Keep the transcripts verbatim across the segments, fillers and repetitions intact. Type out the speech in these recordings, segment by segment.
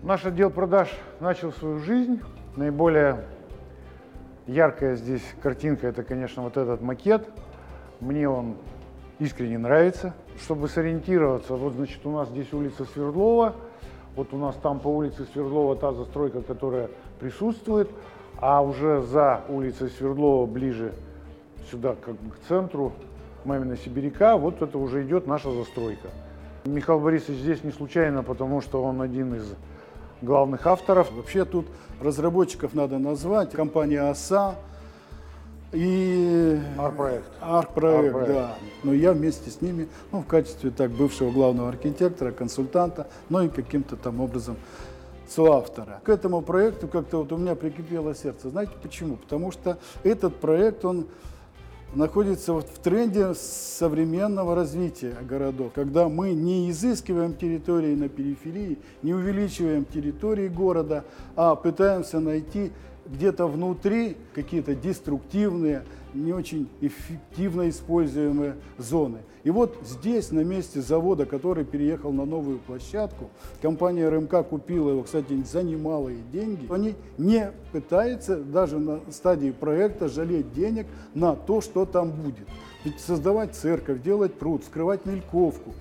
Наш отдел продаж начал свою жизнь. Наиболее яркая здесь картинка – это, конечно, вот этот макет. Мне он искренне нравится. Чтобы сориентироваться, вот, значит, у нас здесь улица Свердлова. Вот у нас там по улице Свердлова та застройка, которая присутствует. А уже за улицей Свердлова, ближе сюда, как бы к центру Мамино-Сибиряка, вот это уже идет наша застройка. Михаил Борисович здесь не случайно, потому что он один из главных авторов. Вообще тут разработчиков надо назвать. Компания ОСА и Арт-проект. Арт-проект, Арт-проект. да. Но я вместе с ними, ну, в качестве так бывшего главного архитектора, консультанта, ну и каким-то там образом соавтора. К этому проекту как-то вот у меня прикипело сердце. Знаете почему? Потому что этот проект, он находится вот в тренде современного развития городов, когда мы не изыскиваем территории на периферии, не увеличиваем территории города, а пытаемся найти где-то внутри какие-то деструктивные, не очень эффективно используемые зоны. И вот здесь, на месте завода, который переехал на новую площадку, компания РМК купила его, кстати, за немалые деньги. Они не пытаются даже на стадии проекта жалеть денег на то, что там будет. Ведь создавать церковь, делать пруд, скрывать Мельковку,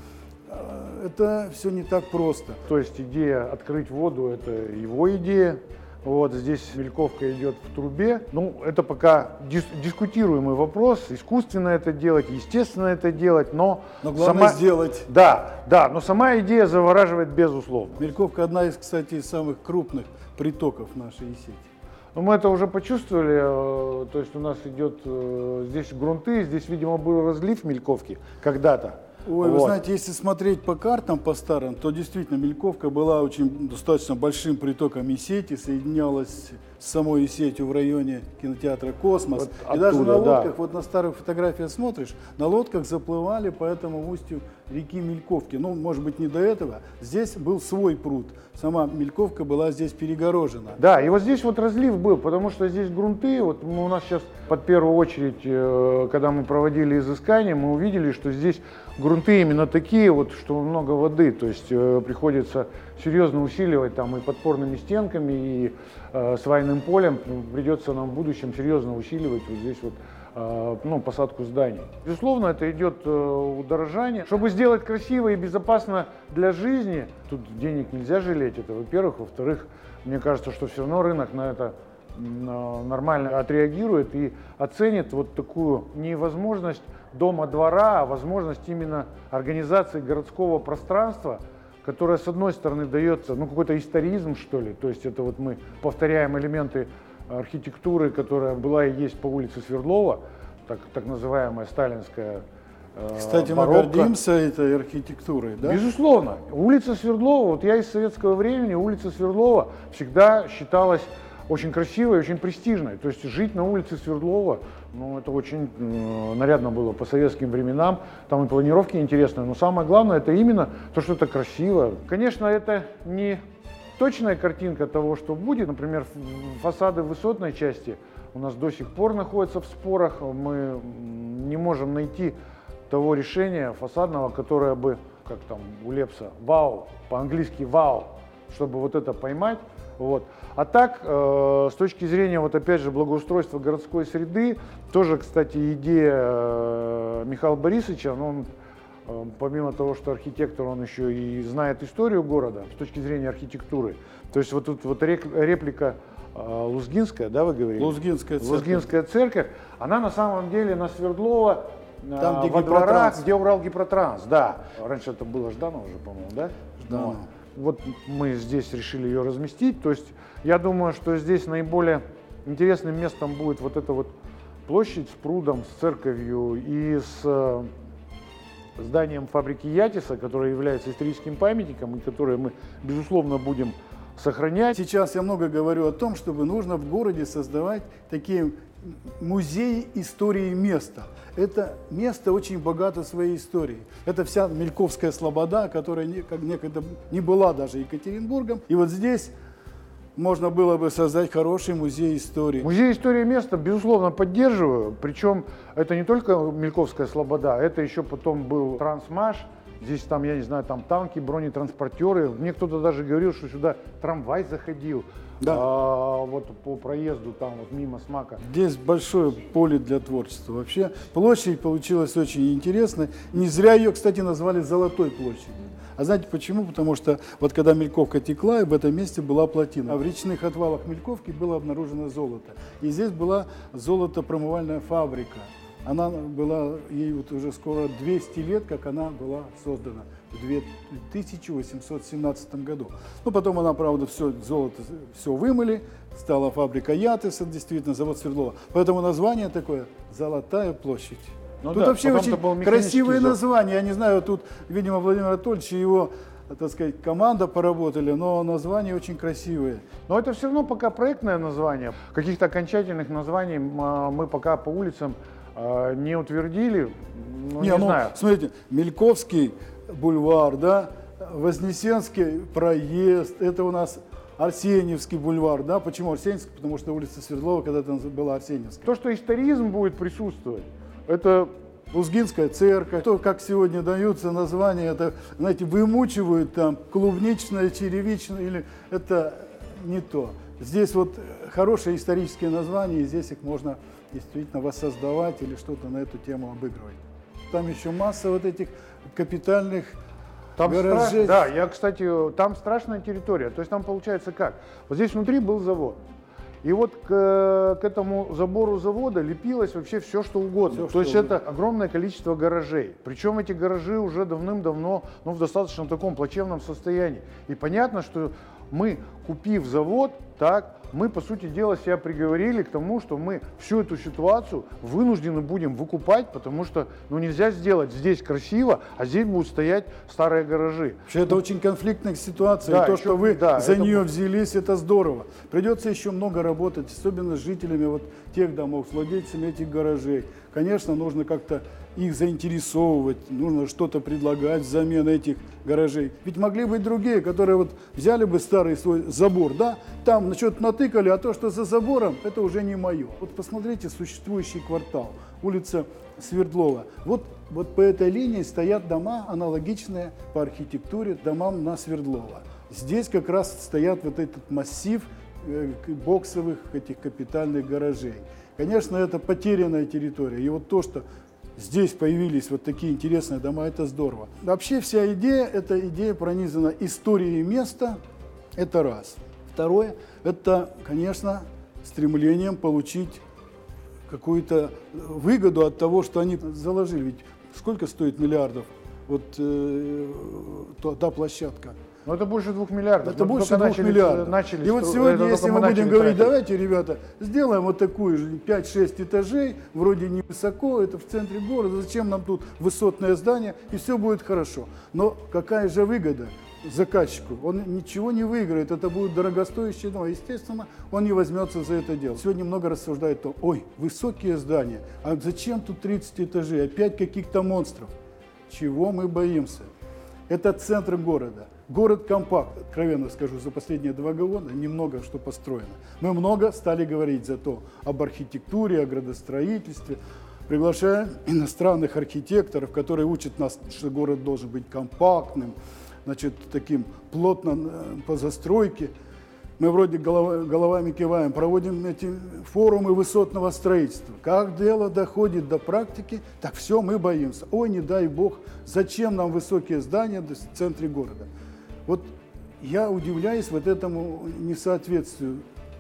это все не так просто. То есть идея открыть воду – это его идея. Вот здесь Мельковка идет в трубе. Ну, это пока дис дискутируемый вопрос. Искусственно это делать, естественно это делать, но... Но главное сама... сделать. Да, да, но сама идея завораживает безусловно. Мельковка одна из, кстати, из самых крупных притоков нашей сети. Но мы это уже почувствовали, то есть у нас идет здесь грунты, здесь, видимо, был разлив Мельковки когда-то. Ой, вот. Вы знаете, если смотреть по картам, по старым, то действительно Мельковка была очень достаточно большим притоком Исети, соединялась с самой Исетью в районе кинотеатра «Космос». Вот и оттуда, даже на лодках, да. вот на старых фотографиях смотришь, на лодках заплывали по этому устью реки Мельковки. Ну, может быть, не до этого. Здесь был свой пруд. Сама Мельковка была здесь перегорожена. Да, и вот здесь вот разлив был, потому что здесь грунты, вот у нас сейчас под первую очередь, когда мы проводили изыскания, мы увидели, что здесь грунты именно такие, вот, что много воды, то есть э, приходится серьезно усиливать там и подпорными стенками, и э, свайным полем, придется нам в будущем серьезно усиливать вот здесь вот э, ну, посадку зданий. Безусловно, это идет э, удорожание. Чтобы сделать красиво и безопасно для жизни, тут денег нельзя жалеть, это во-первых. Во-вторых, мне кажется, что все равно рынок на это нормально отреагирует и оценит вот такую невозможность дома-двора, а возможность именно организации городского пространства, которое, с одной стороны, дается, ну, какой-то историзм, что ли, то есть это вот мы повторяем элементы архитектуры, которая была и есть по улице Свердлова, так, так называемая сталинская э, Кстати, барокко. мы гордимся этой архитектурой, да? Безусловно. Улица Свердлова, вот я из советского времени, улица Свердлова всегда считалась очень красивой, очень престижной. То есть жить на улице Свердлова, ну, это очень э, нарядно было по советским временам. Там и планировки интересные, но самое главное, это именно то, что это красиво. Конечно, это не точная картинка того, что будет. Например, фасады высотной части у нас до сих пор находятся в спорах. Мы не можем найти того решения фасадного, которое бы, как там у Лепса, вау, по-английски вау, чтобы вот это поймать. Вот. А так, э, с точки зрения, вот опять же, благоустройства городской среды, тоже, кстати, идея э, Михаила Борисовича, ну, он, э, помимо того, что архитектор, он еще и знает историю города с точки зрения архитектуры. То есть вот тут вот реплика э, Лузгинская, да, вы говорили? Лузгинская церковь. Лузгинская церковь, она на самом деле на Свердлова, там, где во дворах, Гипротранс. где Урал-Гипротранс, да. Раньше это было Жданова уже, по-моему, да? Жданова. Вот мы здесь решили ее разместить. То есть я думаю, что здесь наиболее интересным местом будет вот эта вот площадь с прудом, с церковью и с зданием фабрики Ятиса, которое является историческим памятником и которое мы, безусловно, будем сохранять. Сейчас я много говорю о том, чтобы нужно в городе создавать такие музеи истории места. Это место очень богато своей историей. Это вся Мельковская слобода, которая некогда не была даже Екатеринбургом. И вот здесь можно было бы создать хороший музей истории. Музей истории места, безусловно, поддерживаю. Причем это не только Мельковская слобода, это еще потом был Трансмаш, Здесь там, я не знаю, там танки, бронетранспортеры. Мне кто-то даже говорил, что сюда трамвай заходил. Да. А, вот по проезду там вот мимо СМАКа. Здесь большое поле для творчества. Вообще площадь получилась очень интересной. Не зря ее, кстати, назвали Золотой площадью. А знаете почему? Потому что вот когда Мельковка текла, и в этом месте была плотина. А в речных отвалах Мельковки было обнаружено золото. И здесь была золотопромывальная фабрика. Она была, ей вот уже скоро двести лет, как она была создана в тысяча восемьсот семнадцатом году. Ну, потом она, правда, все золото все вымыли, стала фабрика Ятеса, действительно, завод Свердлова. Поэтому название такое «Золотая площадь». Ну тут да, вообще очень красивые завод. названия. Я не знаю, тут, видимо, Владимир Анатольевич и его, так сказать, команда поработали, но названия очень красивые. Но это все равно пока проектное название. Каких-то окончательных названий мы пока по улицам не утвердили. Ну, не, не ну, знаю. Смотрите, Мельковский бульвар, да, Вознесенский проезд, это у нас Арсеньевский бульвар, да. Почему Арсеньевский? Потому что улица Свердлова когда-то была Арсеньевская. То, что историзм будет присутствовать, это Лузгинская церковь. То, как сегодня даются названия, это, знаете, вымучивают там клубничное, черевичное, или это не то. Здесь вот хорошие исторические названия, и здесь их можно действительно воссоздавать или что-то на эту тему обыгрывать. Там еще масса вот этих капитальных там гаражей. Страш... Да, я, кстати, там страшная территория. То есть там получается как? Вот здесь внутри был завод. И вот к, к этому забору завода лепилось вообще все, что угодно. Все, То что есть угодно. Это огромное количество гаражей. Причем эти гаражи уже давным-давно, ну, в достаточно таком плачевном состоянии. И понятно, что мы, купив завод, так, мы, по сути дела, себя приговорили к тому, что мы всю эту ситуацию вынуждены будем выкупать, потому что ну, нельзя сделать здесь красиво, а здесь будут стоять старые гаражи. Вообще, это очень конфликтная ситуация. Да, и то, еще, что вы да, за это... нее взялись, это здорово. Придется еще много работать, особенно с жителями вот тех домов, с владельцами этих гаражей. Конечно, нужно как-то их заинтересовывать, нужно что-то предлагать взамен этих гаражей. Ведь могли быть другие, которые вот взяли бы старый свой забор, да, там на что-то натыкали, а то, что за забором, это уже не мое. Вот посмотрите существующий квартал, улица Свердлова. Вот, вот по этой линии стоят дома, аналогичные по архитектуре домам на Свердлова. Здесь как раз стоят вот этот массив э, боксовых этих капитальных гаражей. Конечно, это потерянная территория. И вот то, что здесь появились вот такие интересные дома, это здорово. Вообще вся идея, эта идея пронизана историей места, это раз. Второе, это, конечно, стремлением получить какую-то выгоду от того, что они заложили. Ведь сколько стоит миллиардов вот э, та, та площадка? Ну, это больше двух миллиардов. Это больше двух начали, миллиардов. Начали и вот сегодня, если мы будем говорить, давайте, ребята, сделаем вот такую же пять-шесть этажей, вроде невысоко, это в центре города, зачем нам тут высотное здание, и все будет хорошо. Но какая же выгода заказчику? Он ничего не выиграет, это будет дорогостоящее, но, естественно, он не возьмется за это дело. Сегодня много рассуждают, то, ой, высокие здания, а зачем тут тридцать этажей, опять каких-то монстров? Чего мы боимся? Это центр города. Город компакт, откровенно скажу, за последние два года немного что построено. Мы много стали говорить за то об архитектуре, о градостроительстве. Приглашаем иностранных архитекторов, которые учат нас, что город должен быть компактным, значит, таким плотно по застройке. Мы вроде голова, головами киваем, проводим эти форумы высотного строительства. Как дело доходит до практики, так все мы боимся. Ой, не дай бог, зачем нам высокие здания в центре города? Вот я удивляюсь вот этому несоответствию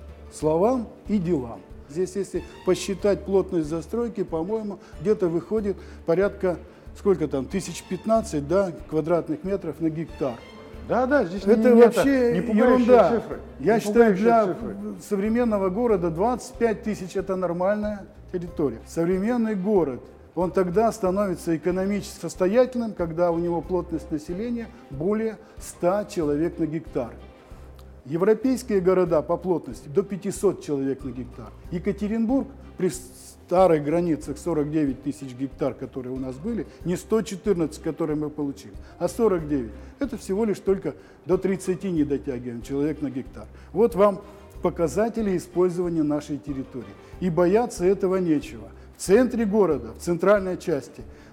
словам и делам. Здесь, если посчитать плотность застройки, по-моему, где-то выходит порядка, сколько там, тысяч пятнадцать, да, квадратных метров на гектар. Да, да, здесь это не, вообще не ерунда. Цифры. Я не считаю, для цифры. современного города двадцать пять тысяч это нормальная территория. Современный город, он тогда становится экономически состоятельным, когда у него плотность населения более ста человек на гектар. Европейские города по плотности до пятисот человек на гектар. Екатеринбург при старых границах сорок девять тысяч гектар, которые у нас были, не сто четырнадцать, которые мы получили, а сорок девять. Это всего лишь только до тридцати не дотягиваем человек на гектар. Вот вам показатели использования нашей территории. И бояться этого нечего. В центре города, в центральной части,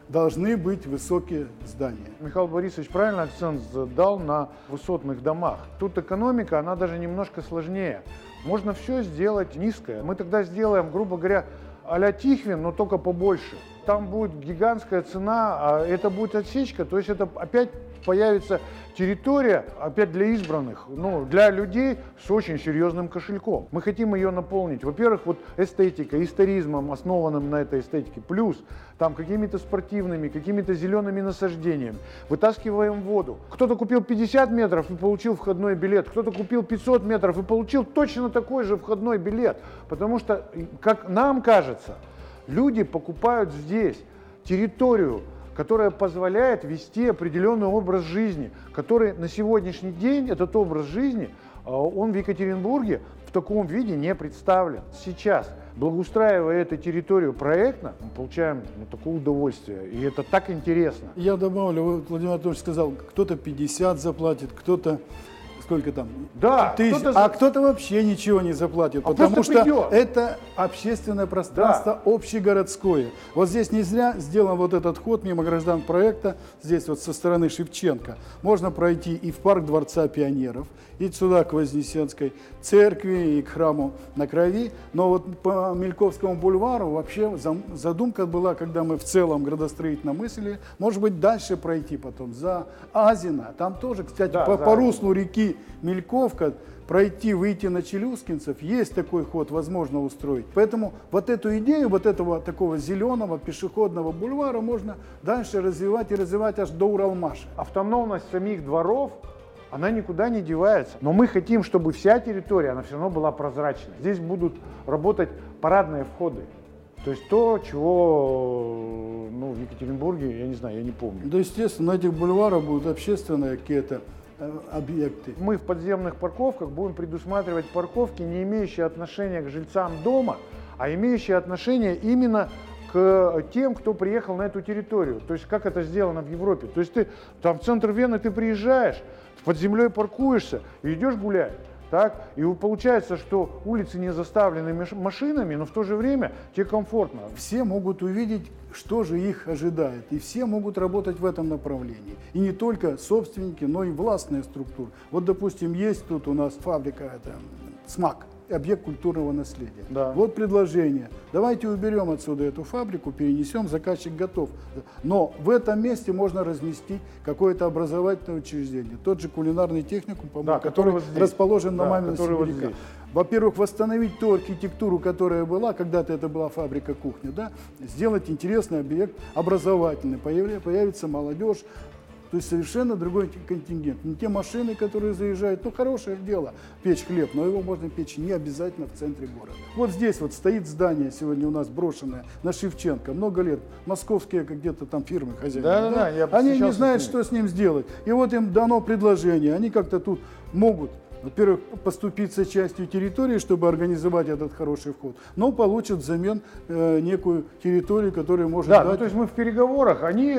должны быть высокие здания. Михаил Борисович правильно акцент дал на высотных домах. Тут экономика, она даже немножко сложнее. Можно все сделать низкое. Мы тогда сделаем, грубо говоря, а-ля Тихвин, но только побольше. Там будет гигантская цена, а это будет отсечка, то есть это опять появится территория, опять для избранных, ну, для людей с очень серьезным кошельком. Мы хотим ее наполнить, во-первых, вот эстетикой, историзмом, основанным на этой эстетике, плюс там какими-то спортивными, какими-то зелеными насаждениями. Вытаскиваем воду. Кто-то купил пятьдесят метров и получил входной билет, кто-то купил пятьсот метров и получил точно такой же входной билет, потому что, как нам кажется, люди покупают здесь территорию, которая позволяет вести определенный образ жизни, который на сегодняшний день, этот образ жизни, он в Екатеринбурге в таком виде не представлен. Сейчас, благоустраивая эту территорию проектно, мы получаем ну, такое удовольствие, и это так интересно. Я добавлю, Владимир Анатольевич сказал, кто-то пятьдесят заплатит, кто-то... Сколько там? Да, тысяч, кто-то... а кто-то вообще ничего не заплатит, а потому что придет. Это общественное пространство, да. Общегородское. Вот здесь не зря сделан вот этот ход мимо граждан проекта, здесь вот со стороны Шевченко. Можно пройти и в парк Дворца пионеров, и сюда к Вознесенской церкви, и к храму на Крови. Но вот по Мельковскому бульвару вообще задумка была, когда мы в целом градостроительно мыслили, может быть, дальше пройти потом за Азино. Там тоже, кстати, да, по, по руслу реки Мельковка пройти, выйти на Челюскинцев, есть такой ход, возможно устроить. Поэтому вот эту идею, вот этого такого зеленого пешеходного бульвара можно дальше развивать и развивать аж до Уралмаша. Автономность самих дворов, она никуда не девается. Но мы хотим, чтобы вся территория, она все равно была прозрачной. Здесь будут работать парадные входы. То есть то, чего ну, в Екатеринбурге, я не знаю, я не помню. Да, естественно, на этих бульварах будут общественные какие-то объекты. Мы в подземных парковках будем предусматривать парковки, не имеющие отношения к жильцам дома, а имеющие отношение именно к тем, кто приехал на эту территорию. То есть как это сделано в Европе. То есть ты там в центр Вены ты приезжаешь, под землей паркуешься и идешь гулять. Так? И получается, что улицы не заставлены машинами, но в то же время тебе комфортно. Все могут увидеть, что же их ожидает, и все могут работать в этом направлении. И не только собственники, но и властные структуры. Вот, допустим, есть тут у нас фабрика, это СМАК, объект культурного наследия. Да. Вот предложение. Давайте уберем отсюда эту фабрику, перенесем, заказчик готов. Но в этом месте можно разместить какое-то образовательное учреждение. Тот же кулинарный техникум, по-моему, да, который, который вот расположен да, на Мамином Сибиряка. Вот во-первых, восстановить ту архитектуру, которая была, когда-то это была фабрика кухни, да? Сделать интересный объект образовательный, появится молодежь. То есть совершенно другой контингент. Не те машины, которые заезжают, ну хорошее дело, печь хлеб, но его можно печь не обязательно в центре города. Вот здесь вот стоит здание сегодня у нас брошенное на Шевченко, много лет, московские где-то там фирмы хозяева. Да, да, да, я они не знают, что с ним сделать. И вот им дано предложение, они как-то тут могут, во-первых, поступиться частью территории, чтобы организовать этот хороший вход, но получат взамен э, некую территорию, которая может да, дать... ну, то есть мы в переговорах, они,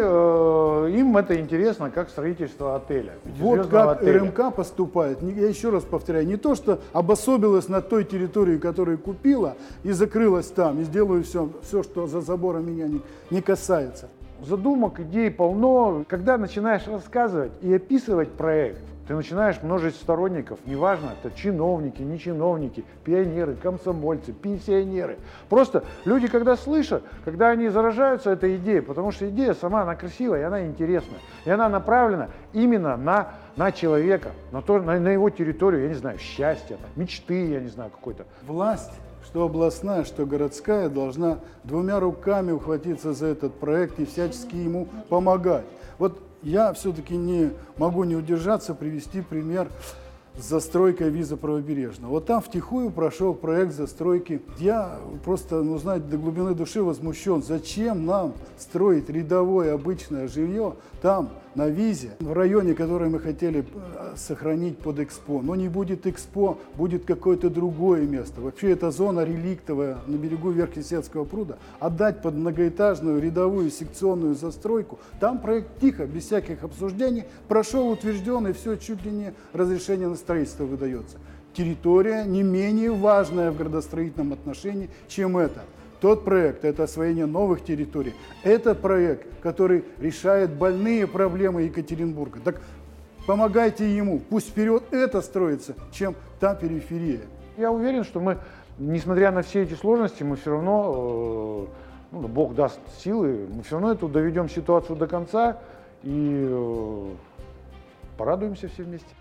э, им это интересно, как строительство отеля. Вот как отеля. РМК поступает, я еще раз повторяю, не то, что обособилась на той территории, которую купила, и закрылась там, и сделаю все, все что за забором меня не, не касается. Задумок, идей полно. Когда начинаешь рассказывать и описывать проект, ты начинаешь множить сторонников, неважно, это чиновники, не чиновники, пионеры, комсомольцы, пенсионеры. Просто люди, когда слышат, когда они заражаются этой идеей, потому что идея сама, она красивая, и она интересная, и она направлена именно на, на человека, на, то, на, на его территорию, я не знаю, счастья, мечты, я не знаю, какой-то. Власть, что областная, что городская, должна двумя руками ухватиться за этот проект и всячески ему помогать. Вот я все-таки не могу не удержаться привести пример с застройкой Виза Правобережного. Вот там втихую прошел проект застройки. Я просто, ну, знаете, до глубины души возмущен. Зачем нам строить рядовое обычное жилье там, на Визе, в районе, который мы хотели сохранить под Экспо. Но не будет Экспо, будет какое-то другое место. Вообще эта зона реликтовая на берегу Верхесецкого пруда. Отдать под многоэтажную рядовую секционную застройку. Там проект тихо, без всяких обсуждений, прошел утвержденный, все чуть ли не разрешение на строительство выдается. Территория не менее важная в градостроительном отношении, чем это. Тот проект – это освоение новых территорий. Это проект, который решает больные проблемы Екатеринбурга. Так помогайте ему, пусть вперед это строится, чем та периферия. Я уверен, что мы, несмотря на все эти сложности, мы все равно, э, ну, Бог даст силы, мы все равно эту доведем ситуацию до конца и э, порадуемся все вместе.